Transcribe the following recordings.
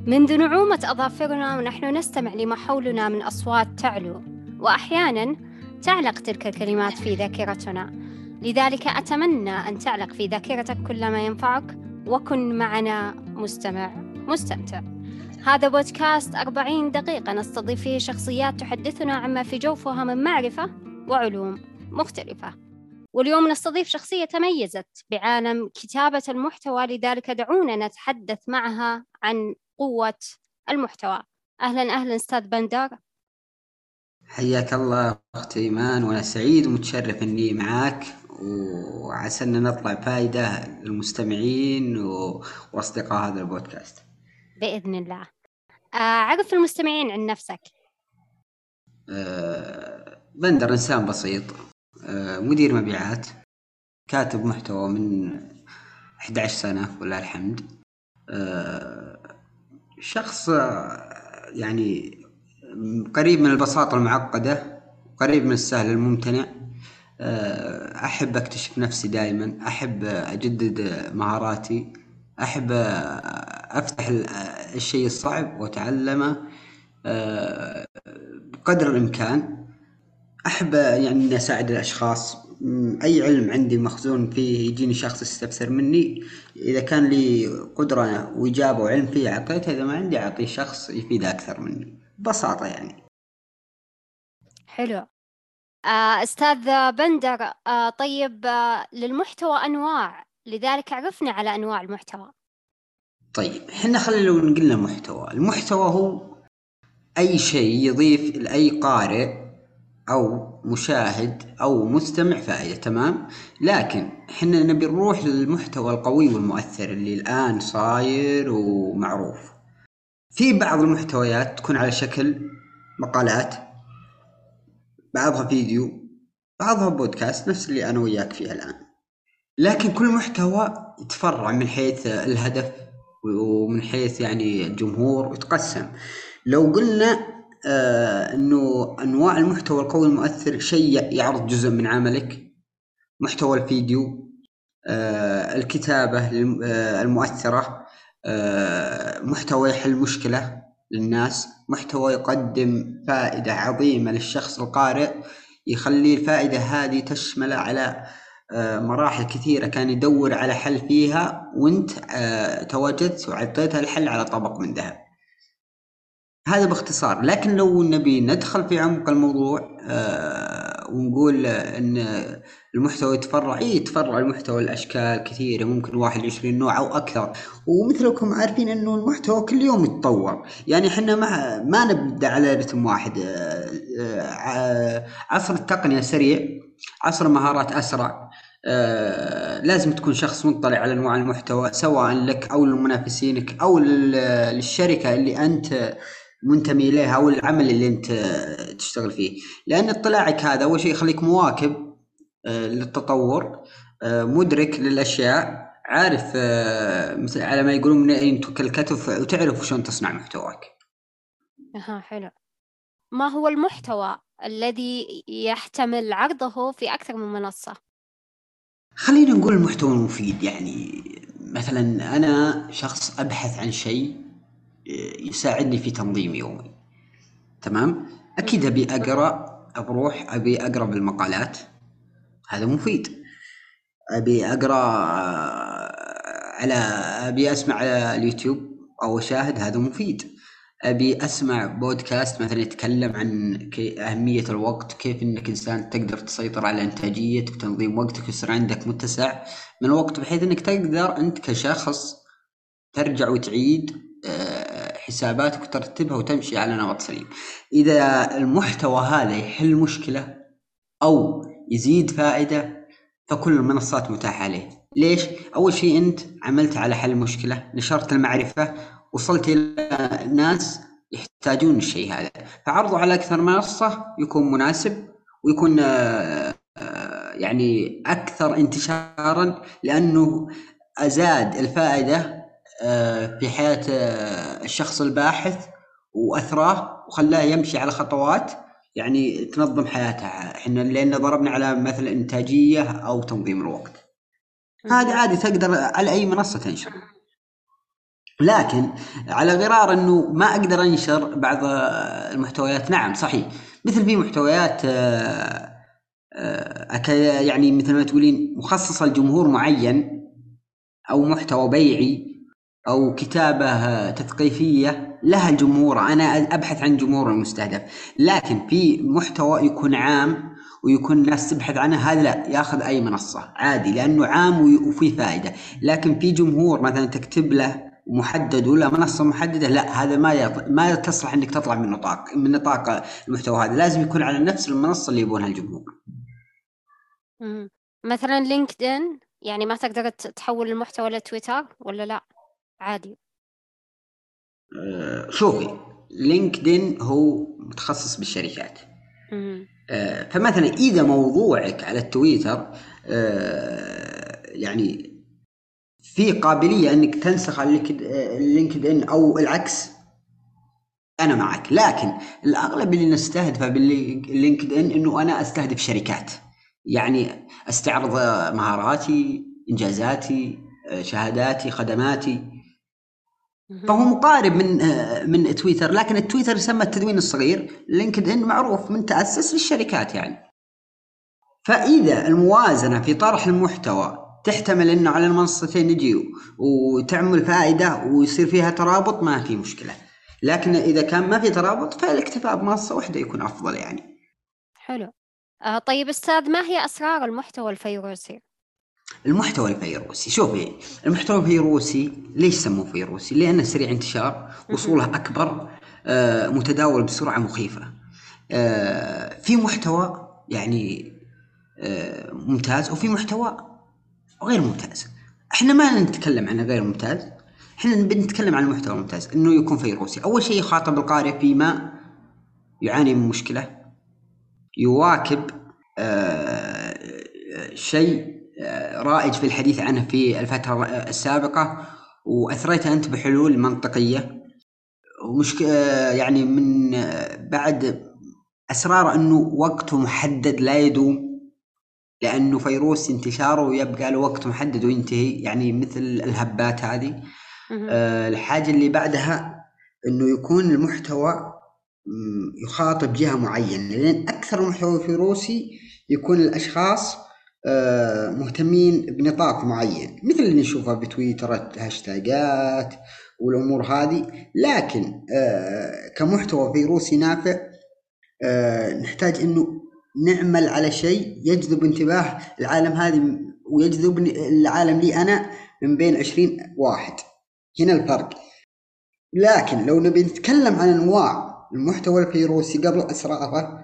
منذ نعومة أظافرنا ونحن نستمع لما حولنا من أصوات تعلو، وأحياناً تعلق تلك الكلمات في ذاكرتنا. لذلك أتمنى أن تعلق في ذاكرتك كل ما ينفعك، وكن معنا مستمتع. هذا بودكاست 40 دقيقة نستضيف فيه شخصيات تحدثنا عما في جوفها من معرفة وعلوم مختلفة. واليوم نستضيف شخصية تميزت بعالم كتابة المحتوى، لذلك دعونا نتحدث معها عن قوة المحتوى. أهلا أستاذ بندر. حياك الله أختي إيمان، وأنا سعيد ومتشرف أني معاك، وعسى أن نطلع فائدة للمستمعين وأصدقاء هذا البودكاست بإذن الله. عرف المستمعين عن نفسك. بندر إنسان بسيط، مدير مبيعات، كاتب محتوى من 11 سنة ولله الحمد. شخص يعني قريب من البساطة المعقدة، قريب من السهل الممتنع. أحب أكتشف نفسي دائما، أحب أجدد مهاراتي، أحب أفتح الشيء الصعب وأتعلمه بقدر الإمكان. أحب يعني أني أساعد الأشخاص. أي علم عندي مخزون فيه يجيني شخص يستفسر مني، إذا كان لي قدرة وإجابة وعلم فيه أعطيته، إذا ما عندي أعطيه شخص يفيد أكثر مني ببساطة يعني. حلو. أستاذ بندر، طيب، للمحتوى أنواع، لذلك عرفنا على أنواع المحتوى. طيب حنا خلينا لو نقلنا المحتوى هو أي شيء يضيف لأي قارئ أو مشاهد أو مستمع فائدة، تمام. لكن حنا نبي نروح للمحتوى القوي والمؤثر اللي الآن صاير ومعروف. في بعض المحتويات تكون على شكل مقالات، بعضها فيديو، بعضها بودكاست نفس اللي أنا وياك فيها الآن. لكن كل محتوى يتفرع من حيث الهدف ومن حيث يعني الجمهور، يتقسم. لو قلنا أنه أنواع المحتوى القوي المؤثر شيء يعرض جزء من عملك، محتوى الفيديو، الكتابة المؤثرة، محتوى يحل مشكلة للناس، محتوى يقدم فائدة عظيمة للشخص القارئ، يخلي الفائدة هذه تشمل على مراحل كثيرة كان يدور على حل فيها، وانت تواجدت وعطيتها الحل على طبق من ذهب. هذا باختصار. لكن لو نبي ندخل في عمق الموضوع ونقول ان المحتوى يتفرع المحتوى الاشكال كثيره، ممكن 21 نوع او اكثر. ومثلكم عارفين انه المحتوى كل يوم يتطور، يعني احنا ما نبدا على رتم واحد. عصر التقنيه سريع، عصر المهارات اسرع. لازم تكون شخص مطلع على انواع المحتوى، سواء لك او لمنافسينك او للشركه اللي انت منتمي إليها أو العمل اللي أنت تشتغل فيه. لأن اطلاعك هذا أول شيء يخليك مواكب للتطور، مدرك للأشياء، عارف مثل على ما يقولون من أين تؤكل الكتف، وتعرف شلون تصنع محتواك. حلو. ما هو المحتوى الذي يحتمل عرضه في أكثر من منصة؟ خلينا نقول المحتوى المفيد. يعني مثلا أنا شخص أبحث عن شيء يساعدني في تنظيم يومي، تمام. أكيد أبي أقرأ بالمقالات، هذا مفيد. أبي أسمع على اليوتيوب أو أشاهد، هذا مفيد. أبي أسمع بودكاست مثلا يتكلم عن أهمية الوقت، كيف إنك إنسان تقدر تسيطر على إنتاجيتك وتنظيم وقتك، ويصير عندك متسع من الوقت بحيث إنك تقدر أنت كشخص ترجع وتعيد حساباتك وترتبها وتمشي على نمط سليم. إذا المحتوى هذا يحل مشكلة أو يزيد فائدة، فكل المنصات متاحة عليه. ليش؟ أول شيء أنت عملت على حل مشكلة، نشرت المعرفة، وصلت إلى ناس يحتاجون الشيء هذا، فعرضه على أكثر منصة يكون مناسب، ويكون يعني أكثر انتشارا، لأنه أزاد الفائدة في حياة الشخص الباحث، وأثراه وخلاه يمشي على خطوات يعني تنظم حياتها. احنا لأن ضربنا على مثل إنتاجية أو تنظيم الوقت، هذا عادي تقدر على أي منصة تنشر. لكن على غرار أنه ما أقدر أنشر بعض المحتويات. نعم صحيح، مثل في محتويات يعني مثل ما تقولين مخصصة لجمهور معين، أو محتوى بيعي، أو كتابة تثقيفية لها الجمهور، أنا أبحث عن جمهور المستهدف. لكن في محتوى يكون عام ويكون الناس تبحث عنه، هذا لا، ياخذ أي منصة عادي لأنه عام وفيه فائدة. لكن في جمهور مثلا تكتب له محدد ولا منصة محددة، لا، هذا ما تصلح انك تطلع من نطاق المحتوى. هذا لازم يكون على نفس المنصة اللي يبونها الجمهور. مثلا لينكدين، يعني ما تقدر تحول المحتوى لتويتر ولا لا عادي؟ شوفي، لينكدين هو متخصص بالشركات. فمثلا إذا موضوعك على التويتر يعني في قابلية أنك تنسخ على لينكدين أو العكس، أنا معك. لكن الأغلب اللي نستهدفه باللينكدين أنه أنا أستهدف شركات، يعني أستعرض مهاراتي، إنجازاتي، شهاداتي، خدماتي. فهو مقارب من تويتر، لكن التويتر يسمى التدوين الصغير، لينكدين معروف من تأسس للشركات يعني. فإذا الموازنة في طرح المحتوى تحتمل أنه على المنصتين يجي وتعمل فائدة ويصير فيها ترابط، ما في مشكلة. لكن إذا كان ما في ترابط فالاكتفاء بمنصة واحدة يكون أفضل يعني. حلو. طيب أستاذ، ما هي أسرار المحتوى الفيروسي؟ المحتوى الفيروسي، شوفي، المحتوى الفيروسي ليش سموه فيروسي؟ لأنه سريع انتشار، وصوله أكبر، متداول بسرعة مخيفة. في محتوى يعني ممتاز، وفي محتوى غير ممتاز. احنا ما نتكلم عن غير ممتاز، احنا بنتكلم عن المحتوى الممتاز، انه يكون فيروسي. اول شيء يخاطب القارئ فيما يعاني من مشكلة، يواكب شيء رائج في الحديث عنه في الفترة السابقة، وأثريت أنت بحلول منطقية يعني من بعد أسرار أنه وقته محدد لا يدوم، لأنه فيروس انتشاره يبقى له وقت محدد وينتهي، يعني مثل الهبات هذه. الحاجة اللي بعدها أنه يكون المحتوى يخاطب جهة معينة، لأن أكثر المحتوى الفيروسي يكون الأشخاص مهتمين بنطاق معين، مثل اللي نشوفه بتويتر، هاشتاجات والأمور هذه. لكن كمحتوى فيروسي نافع نحتاج أنه نعمل على شيء يجذب انتباه العالم هذه، ويجذب العالم لي أنا من بين 20 واحد. هنا الفرق. لكن لو نبي نتكلم عن أنواع المحتوى الفيروسي قبل أسراره،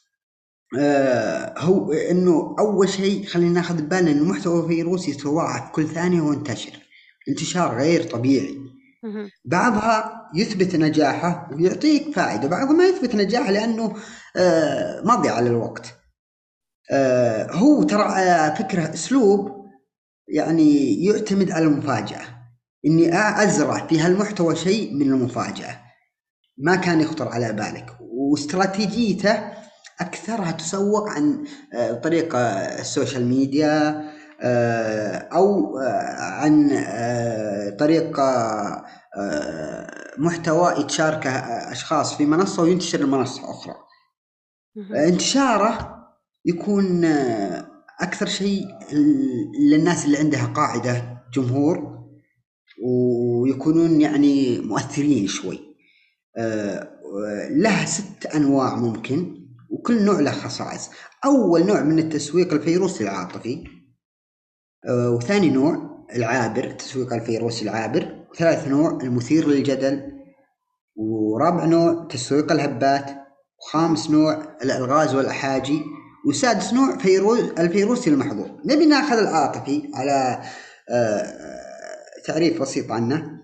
هو أنه أول شيء خلينا ناخذ بالنا أن المحتوى الفيروسي يتضاعف كل ثانية وينتشر انتشار غير طبيعي. بعضها يثبت نجاحه ويعطيك فائدة، بعضها ما يثبت نجاحه لأنه مضي على الوقت. هو ترى فكرة أسلوب يعني يعتمد على المفاجأة، إني أزرع في هالمحتوى شيء من المفاجأة ما كان يخطر على بالك، واستراتيجيته أكثرها تسوق عن طريق السوشيال ميديا، أو عن طريق محتوى يتشاركه أشخاص في منصة وينتشر المنصة أخرى. انتشاره يكون أكثر شيء للناس اللي عندها قاعدة جمهور، ويكونون يعني مؤثرين شوي. له 6 أنواع ممكن، وكل نوع له خصائص. أول نوع من التسويق الفيروسي العاطفي، وثاني نوع العابر، التسويق الفيروسي العابر، وثالث نوع المثير للجدل، ورابع نوع تسويق الهبات، وخامس نوع الألغاز والأحاجي، وسادس نوع الفيروسي المحظور. نبي ناخذ العاطفي على تعريف بسيط عنه.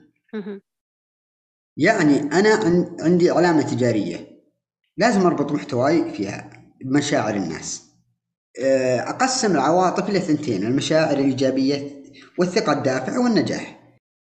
يعني أنا عندي علامة تجارية، لازم أربط محتواي فيها بمشاعر الناس. أقسم العواطف إلى 2، المشاعر الإيجابية والثقة الدافعة والنجاح.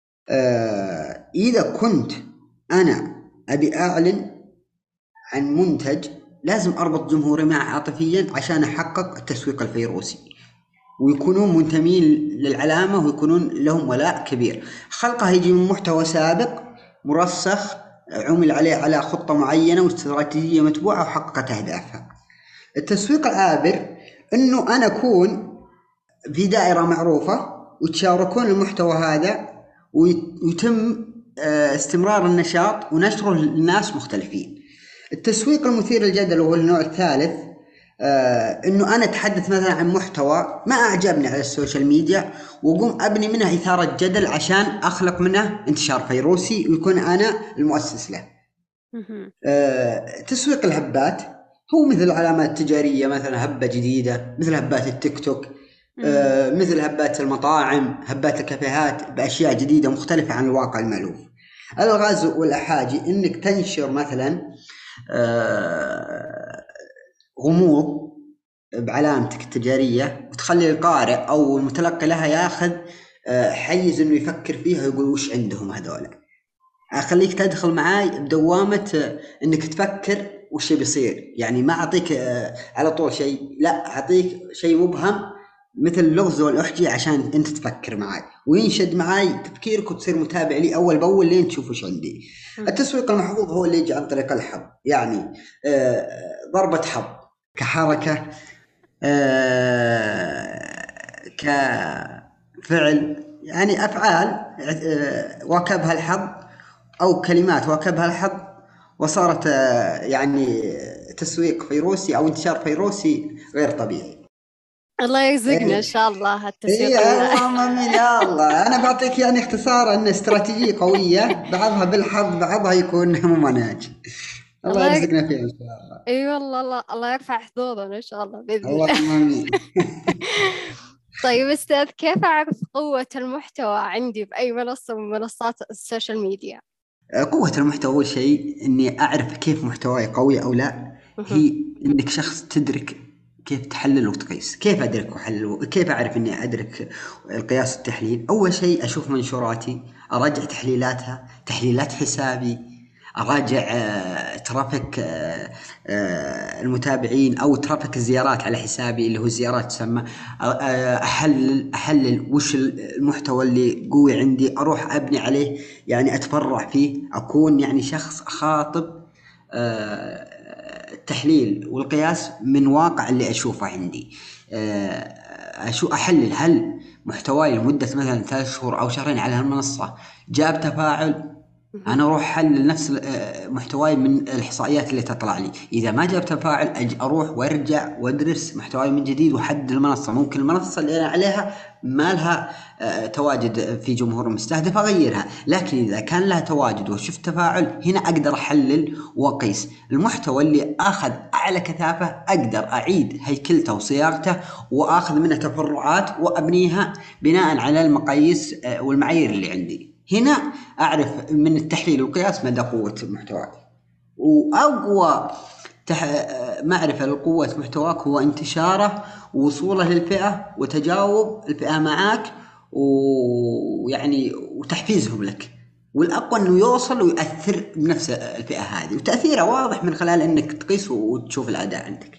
إذا كنت أنا أبي أعلن عن منتج، لازم أربط جمهوري معه عاطفيا عشان أحقق التسويق الفيروسي. ويكونون منتمين للعلامة ويكونون لهم ولاء كبير. خلقها يجي من محتوى سابق مرسخ عمل عليه على خطة معينة واستراتيجية متبوعة وحققت أهدافها. التسويق العابر إنه أنا أكون في دائرة معروفة وتشاركون المحتوى هذا ويتم استمرار النشاط ونشره للناس مختلفين. التسويق المثير للجدل وهو النوع الثالث، إنه أنا أتحدث مثلا عن محتوى ما أعجبني على السوشيال ميديا وأقوم أبني منه إثارة جدل عشان أخلق منه انتشار فيروسي ويكون أنا المؤسس له. تسويق الهبات هو مثل العلامات التجارية، مثلا هبة جديدة مثل هبات التيك توك، مثل هبات المطاعم، هبات الكافيهات، بأشياء جديدة مختلفة عن الواقع المألوف. الغاز والأحاجي إنك تنشر مثلا غموض بعلامتك التجارية وتخلي القارئ أو المتلقي لها ياخذ حيز إنه يفكر فيها ويقول وش عندهم هذول. أخليك تدخل معاي بدوامة إنك تفكر وش بيصير، يعني ما أعطيك على طول شيء، لا أعطيك شيء مبهم مثل اللغز والأحجي عشان أنت تفكر معاي وينشد معاي تفكيرك وتصير متابع لي أول بأول لين تشوف وش عندي. التسويق المحظوظ هو اللي يجي عن طريق الحظ، يعني ضربة حظ كحركة، كفعل، يعني أفعال واكبها الحظ أو كلمات واكبها الحظ وصارت يعني تسويق فيروسي أو انتشار فيروسي غير طبيعي. الله يرزقنا إن شاء الله التسويق. اللهم آمين يا الله. أنا بعطيك يعني اختصار أن استراتيجية قوية بعضها بالحظ بعضها يكون ممنهج. الله يرزقنا فيه إن شاء الله. اي والله الله يرفع حظوظنا ان شاء الله باذن الله. اللهم امين. طيب استاذ، كيف اعرف قوة المحتوى عندي باي منصة من منصات السوشيال ميديا؟ قوة المحتوى أول شيء إني أعرف كيف محتواي قوي أو لا، هي إنك شخص تدرك كيف تحلل وتقيس. كيف أدرك وأحلل؟ كيف أعرف إني أدرك القياس والتحليل؟ أول شيء أشوف منشوراتي، أراجع تحليلاتها، تحليلات حسابي، أراجع ترافيك المتابعين أو ترافيك الزيارات على حسابي اللي هو الزيارات تسمى. أحلل وش المحتوى اللي قوي عندي، أروح أبني عليه، يعني أتفرع فيه، أكون يعني شخص أخاطب التحليل والقياس من واقع اللي أشوفه عندي. أحلل هل محتواي لمدة مثلا 3 شهور أو شهرين على هالمنصة جاب تفاعل، أنا أروح أحلل نفس محتواي من الإحصائيات اللي تطلع لي. إذا ما جاب تفاعل أروح وأرجع وأدرس محتواي من جديد وحدد المنصة. ممكن المنصة اللي أنا عليها ما لها تواجد في جمهور مستهدف أغيرها، لكن إذا كان لها تواجد وشفت تفاعل هنا أقدر أحلل وأقيس. المحتوى اللي أخذ أعلى كثافة أقدر أعيد هيكلته وصياغته وأخذ منه تفرعات وأبنيها بناء على المقاييس والمعايير اللي عندي. هنا أعرف من التحليل والقياس مدى قوة محتواك. وأقوى معرفة لقوة محتواك هو انتشاره ووصوله للفئة وتجاوب الفئة معك ويعني وتحفيزهم لك. والأقوى أنه يوصل ويؤثر بنفس الفئة هذه، وتأثيره واضح من خلال أنك تقيس وتشوف الأداء عندك.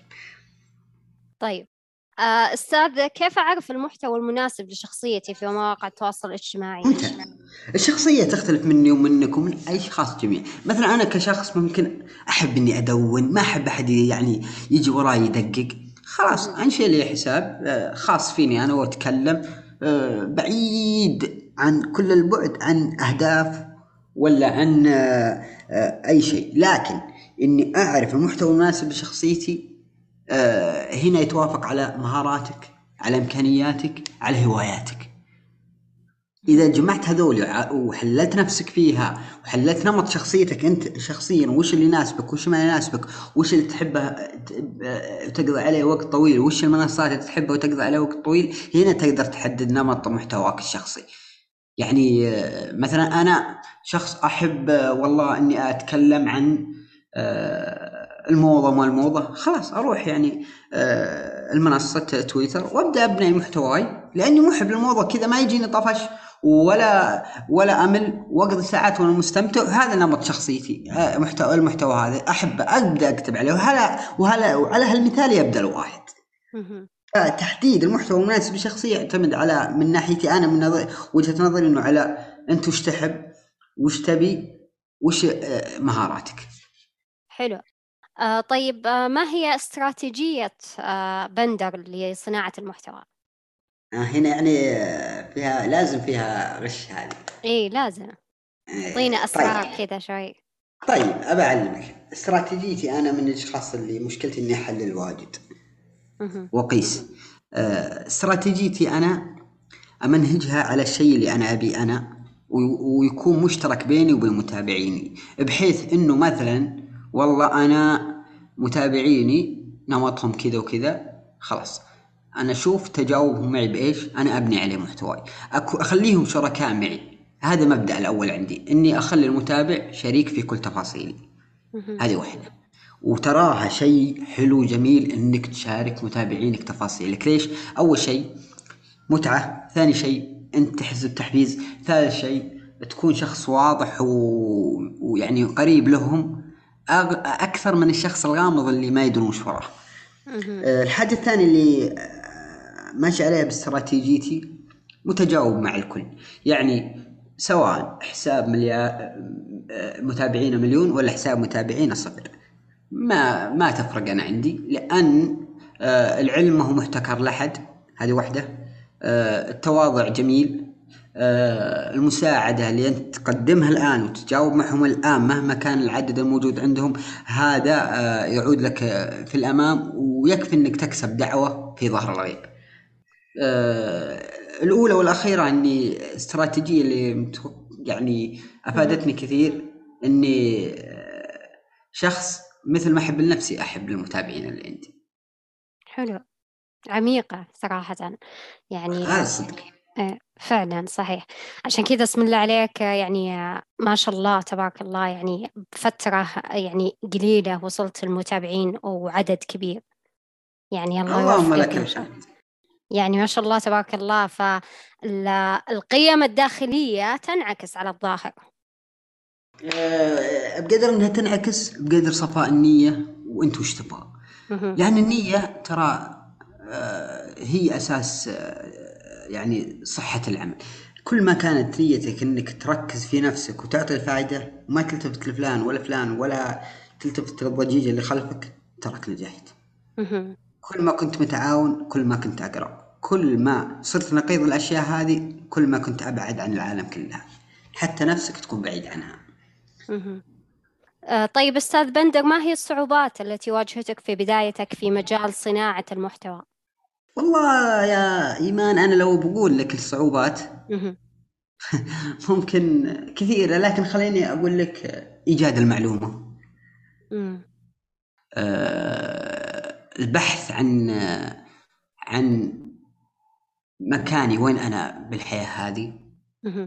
طيب أستاذ، كيف أعرف المحتوى المناسب لشخصيتي في مواقع التواصل الاجتماعي؟ الشخصية تختلف مني ومنك ومن أي شخص جميع. مثلا أنا كشخص ممكن أحب إني أدون، ما أحب أحد يعني يجي وراي يدقق. خلاص أنشئ لي حساب خاص فيني أنا وأتكلم بعيد عن كل البعد عن أهداف ولا عن أي شيء. لكن إني أعرف المحتوى المناسب لشخصيتي هنا يتوافق على مهاراتك، على إمكانياتك، على هواياتك. إذا جمعت هذول وحللت نفسك فيها وحللت نمط شخصيتك أنت شخصيا، وش اللي يناسبك وش ما يناسبك، وش اللي تحبه وتقضي عليه وقت طويل، وش المنصات اللي تحبه وتقضي عليه وقت طويل، هنا تقدر تحدد نمط محتواك الشخصي. يعني مثلا أنا شخص أحب والله أني أتكلم عن الموضة ما الموضة، خلاص أروح يعني المنصة تويتر وأبدأ أبني محتواي، لأني محب للموضة كذا ما يجيني طفش ولا أمل وأقضي ساعات وأنا مستمتع. هذا نمط شخصيتي. المحتوى هذا أحب أبدأ أكتب عليه، وعلى هالمثال يبدأ الواحد. تحديد المحتوى المناسب لشخصية يعتمد على، من ناحيتي أنا، من وجهة نظري، إنه على أنت وش تحب، وش تبي، وش مهاراتك. حلو. طيب، ما هي استراتيجية بندر لصناعة المحتوى؟ هنا يعني فيها، لازم فيها غش هذه. إيه لازم. أعطينا طيب. أسرار كذا شوي. طيب أبى أعلمك استراتيجيتي. أنا من الأشخاص اللي مشكلتي إني أحلل واجد مهم. وقيس. استراتيجيتي أنا أمنهجها على الشيء اللي أنا أبي أنا، ويكون مشترك بيني وبين متابعيني، بحيث إنه مثلا والله أنا متابعيني نمطهم كذا وكذا، خلاص أنا أشوف تجاوبهم معي بإيش، أنا أبني عليه محتواي، أخليهم شركاء معي. هذا مبدأ الأول عندي، إني أخلي المتابع شريك في كل تفاصيلي. مهم. هذه واحدة. وتراها شيء حلو جميل إنك تشارك متابعينك تفاصيلك. ليش؟ أول شيء متعة، ثاني شيء أنت تحس بتحفيز، ثالث شيء تكون شخص واضح ويعني قريب لهم أكثر من الشخص الغامض اللي ما يدرون وش وراه. مهم. الحاجة الثانية اللي ماشي عليها باستراتيجيتي، متجاوب مع الكل. يعني سواء حساب متابعين مليون ولا حساب متابعين صفر، ما تفرق أنا عندي، لأن العلم ما هو محتكر لحد. هذه واحدة. التواضع جميل. المساعدة اللي أنت تقدمها الآن وتجاوب معهم الآن مهما كان العدد الموجود عندهم، هذا يعود لك في الأمام، ويكفي أنك تكسب دعوة في ظهر الغيب. الأولى والأخيرة أني استراتيجية اللي يعني مهم. أفادتني كثير، أني شخص مثل ما أحب لنفسي أحب للمتابعين اللي عندي. حلو. عميقة صراحة. يعني هذا صدق. فعلا صحيح. عشان كذا اسم الله عليك، يعني ما شاء الله تبارك الله، يعني بفترة يعني قليلة وصلت المتابعين وعدد كبير. يعني الله اللهم يوفقك لك إن شاء الله. الحمد. يعني ما شاء الله تبارك الله، فالقيم الداخلية تنعكس على الظاهر. بقدر أنها تنعكس بقدر صفاء النية، وأنت وش تبغى. مهم. لأن النية ترى هي أساس يعني صحة العمل. كل ما كانت نيتك أنك تركز في نفسك وتعطي الفائدة، وما تلتفت لفلان ولا فلان، ولا تلتفت للضجيج اللي خلفك، تراك نجحت. مهم. كل ما كنت متعاون كل ما كنت أقرب، كل ما صرت نقيض الأشياء هذه كل ما كنت أبعد عن العالم كلها، حتى نفسك تكون بعيد عنها. مهم. طيب أستاذ بندر، ما هي الصعوبات التي واجهتك في بدايتك في مجال صناعة المحتوى؟ والله يا إيمان، أنا لو بقول لك الصعوبات مهم. ممكن كثيرة، لكن خليني أقول لك إيجاد المعلومة. مم. البحث عن مكاني، وين أنا بالحياة هذه. مهم.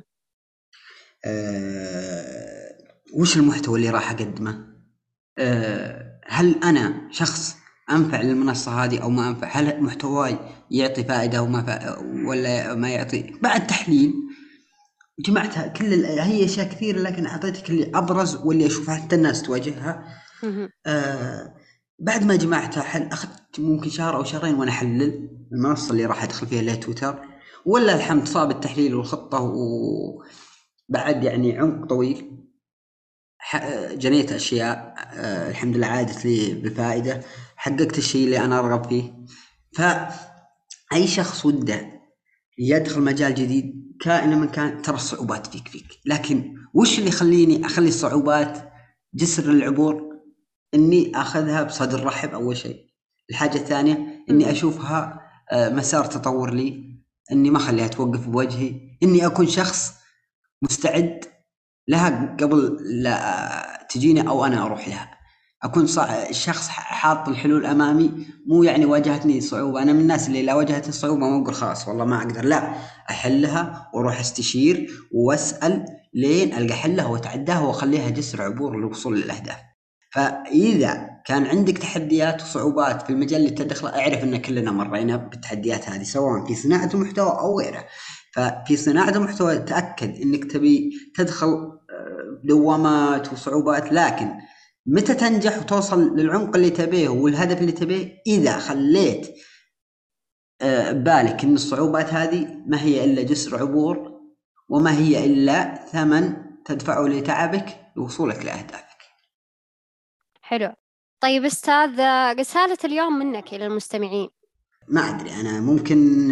وش المحتوى اللي راح أقدمه. هل أنا شخص أنفع للمنصة هذه أو ما أنفع؟ هل محتواي يعطي فائدة ولا ما يعطي؟ بعد تحليل جمعتها هي أشياء كثيرة، لكن أعطيتك اللي أبرز واللي أشوفها حتى الناس تواجهها. مهم. بعد ما جمعتها أخذت ممكن شهر أو شهرين وأنا أحلل المنصة اللي راح أدخل فيها، اللي هي تويتر. ولا الحمد صاب التحليل والخطة، وبعد يعني عمق طويل جنيت أشياء الحمد لله عادت لي بفائدة، حققت الشيء اللي أنا أرغب فيه. فأي شخص وده يدخل مجال جديد كائن من كان، ترى الصعوبات فيك، لكن وش اللي يخليني أخلي الصعوبات جسر للعبور؟ إني أخذها بصدر رحب أول شيء. الحاجة الثانية إني أشوفها مسار تطور لي، إني ما أخليها توقف بوجهي، إني أكون شخص مستعد لها قبل لا تجيني أو أنا أروح لها. أكون شخص حاط الحلول أمامي، مو يعني واجهتني صعوبة أنا من الناس اللي لا واجهتني الصعوبة ما أقول خلاص والله ما أقدر، لا، أحلها وأروح أستشير وأسأل لين ألقى حلها وأتعداها وأخليها جسر عبور للوصول للأهداف. فإذا كان عندك تحديات وصعوبات في المجال اللي تدخله، أعرف أن كلنا مرينا بالتحديات هذه سواء في صناعة المحتوى أو غيره. ففي صناعة المحتوى تأكد أنك تبي تدخل دوامات وصعوبات، لكن متى تنجح وتوصل للعمق اللي تبيه والهدف اللي تبيه؟ إذا خليت بالك إن الصعوبات هذه ما هي إلا جسر عبور، وما هي إلا ثمن تدفعه لتعبك لوصولك لأهدافك. حلو. طيب أستاذ، رسالة اليوم منك إلى المستمعين. ما أدري، أنا ممكن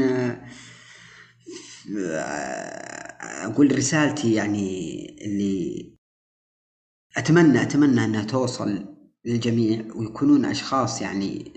أقول رسالتي يعني اللي أتمنى أنها توصل للجميع، ويكونون أشخاص يعني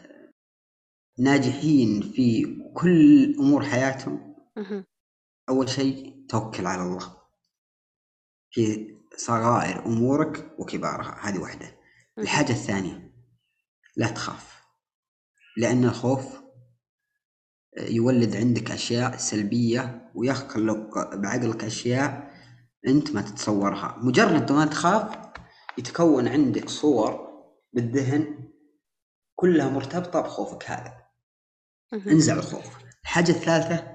ناجحين في كل أمور حياتهم. أول شيء توكل على الله في صغائر أمورك وكبارها، هذه واحدة. الحاجة الثانية، لا تخاف، لأن الخوف يولد عندك أشياء سلبية ويخلق بعقلك أشياء أنت ما تتصورها. مجرد ما تخاف يتكون عندك صور بالذهن كلها مرتبطة بخوفك هذا. انزع الخوف. الحاجة الثالثة،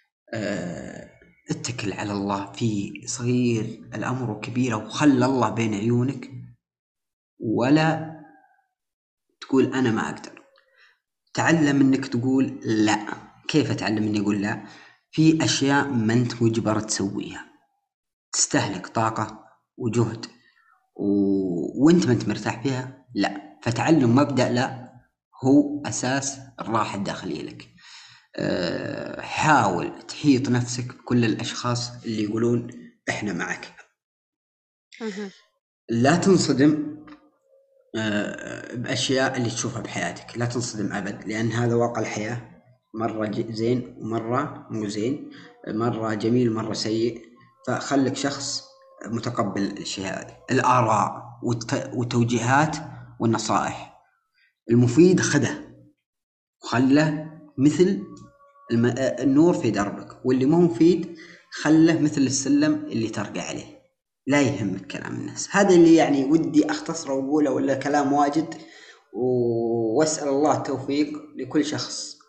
اتكل على الله في صغير الأمر وكبيره، وخلى الله بين عيونك، ولا تقول أنا ما أقدر. تعلم أنك تقول لا. كيف أتعلم أني أقول لا؟ في أشياء ما أنت مجبر تسويها، تستهلك طاقة وجهد وأنت ما أنت مرتاح فيها، لا. فتعلم مبدأ لا هو أساس الراحة الداخلية لك. حاول تحيط نفسك بكل الأشخاص اللي يقولون إحنا معك. لا تنصدم بأشياء اللي تشوفها بحياتك، لا تنصدم أبد، لأن هذا واقع الحياة. مرة زين ومرة مو زين، مرة جميل مرة سيء. فخلك شخص متقبل الشيء هذا. الآراء والتوجيهات والنصائح المفيد خذه وخله مثل النور في دربك، واللي مو مفيد خله مثل السلم اللي ترقى عليه. لا يهمك كلام الناس. هذا اللي يعني ودي أختصره وأقوله، ولا كلام واجد. وأسأل الله التوفيق لكل شخص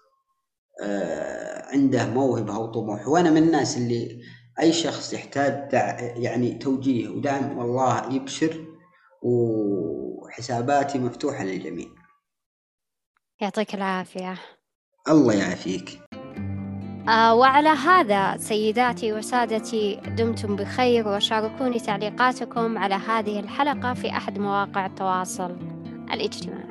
عنده موهبة أو طموح. وأنا من الناس اللي أي شخص يحتاج يعني توجيه ودعم، والله يبشر، وحساباتي مفتوحة للجميع. يعطيك العافية. الله يعافيك. وعلى هذا سيداتي وسادتي، دمتم بخير، وشاركوني تعليقاتكم على هذه الحلقة في أحد مواقع التواصل الاجتماعي.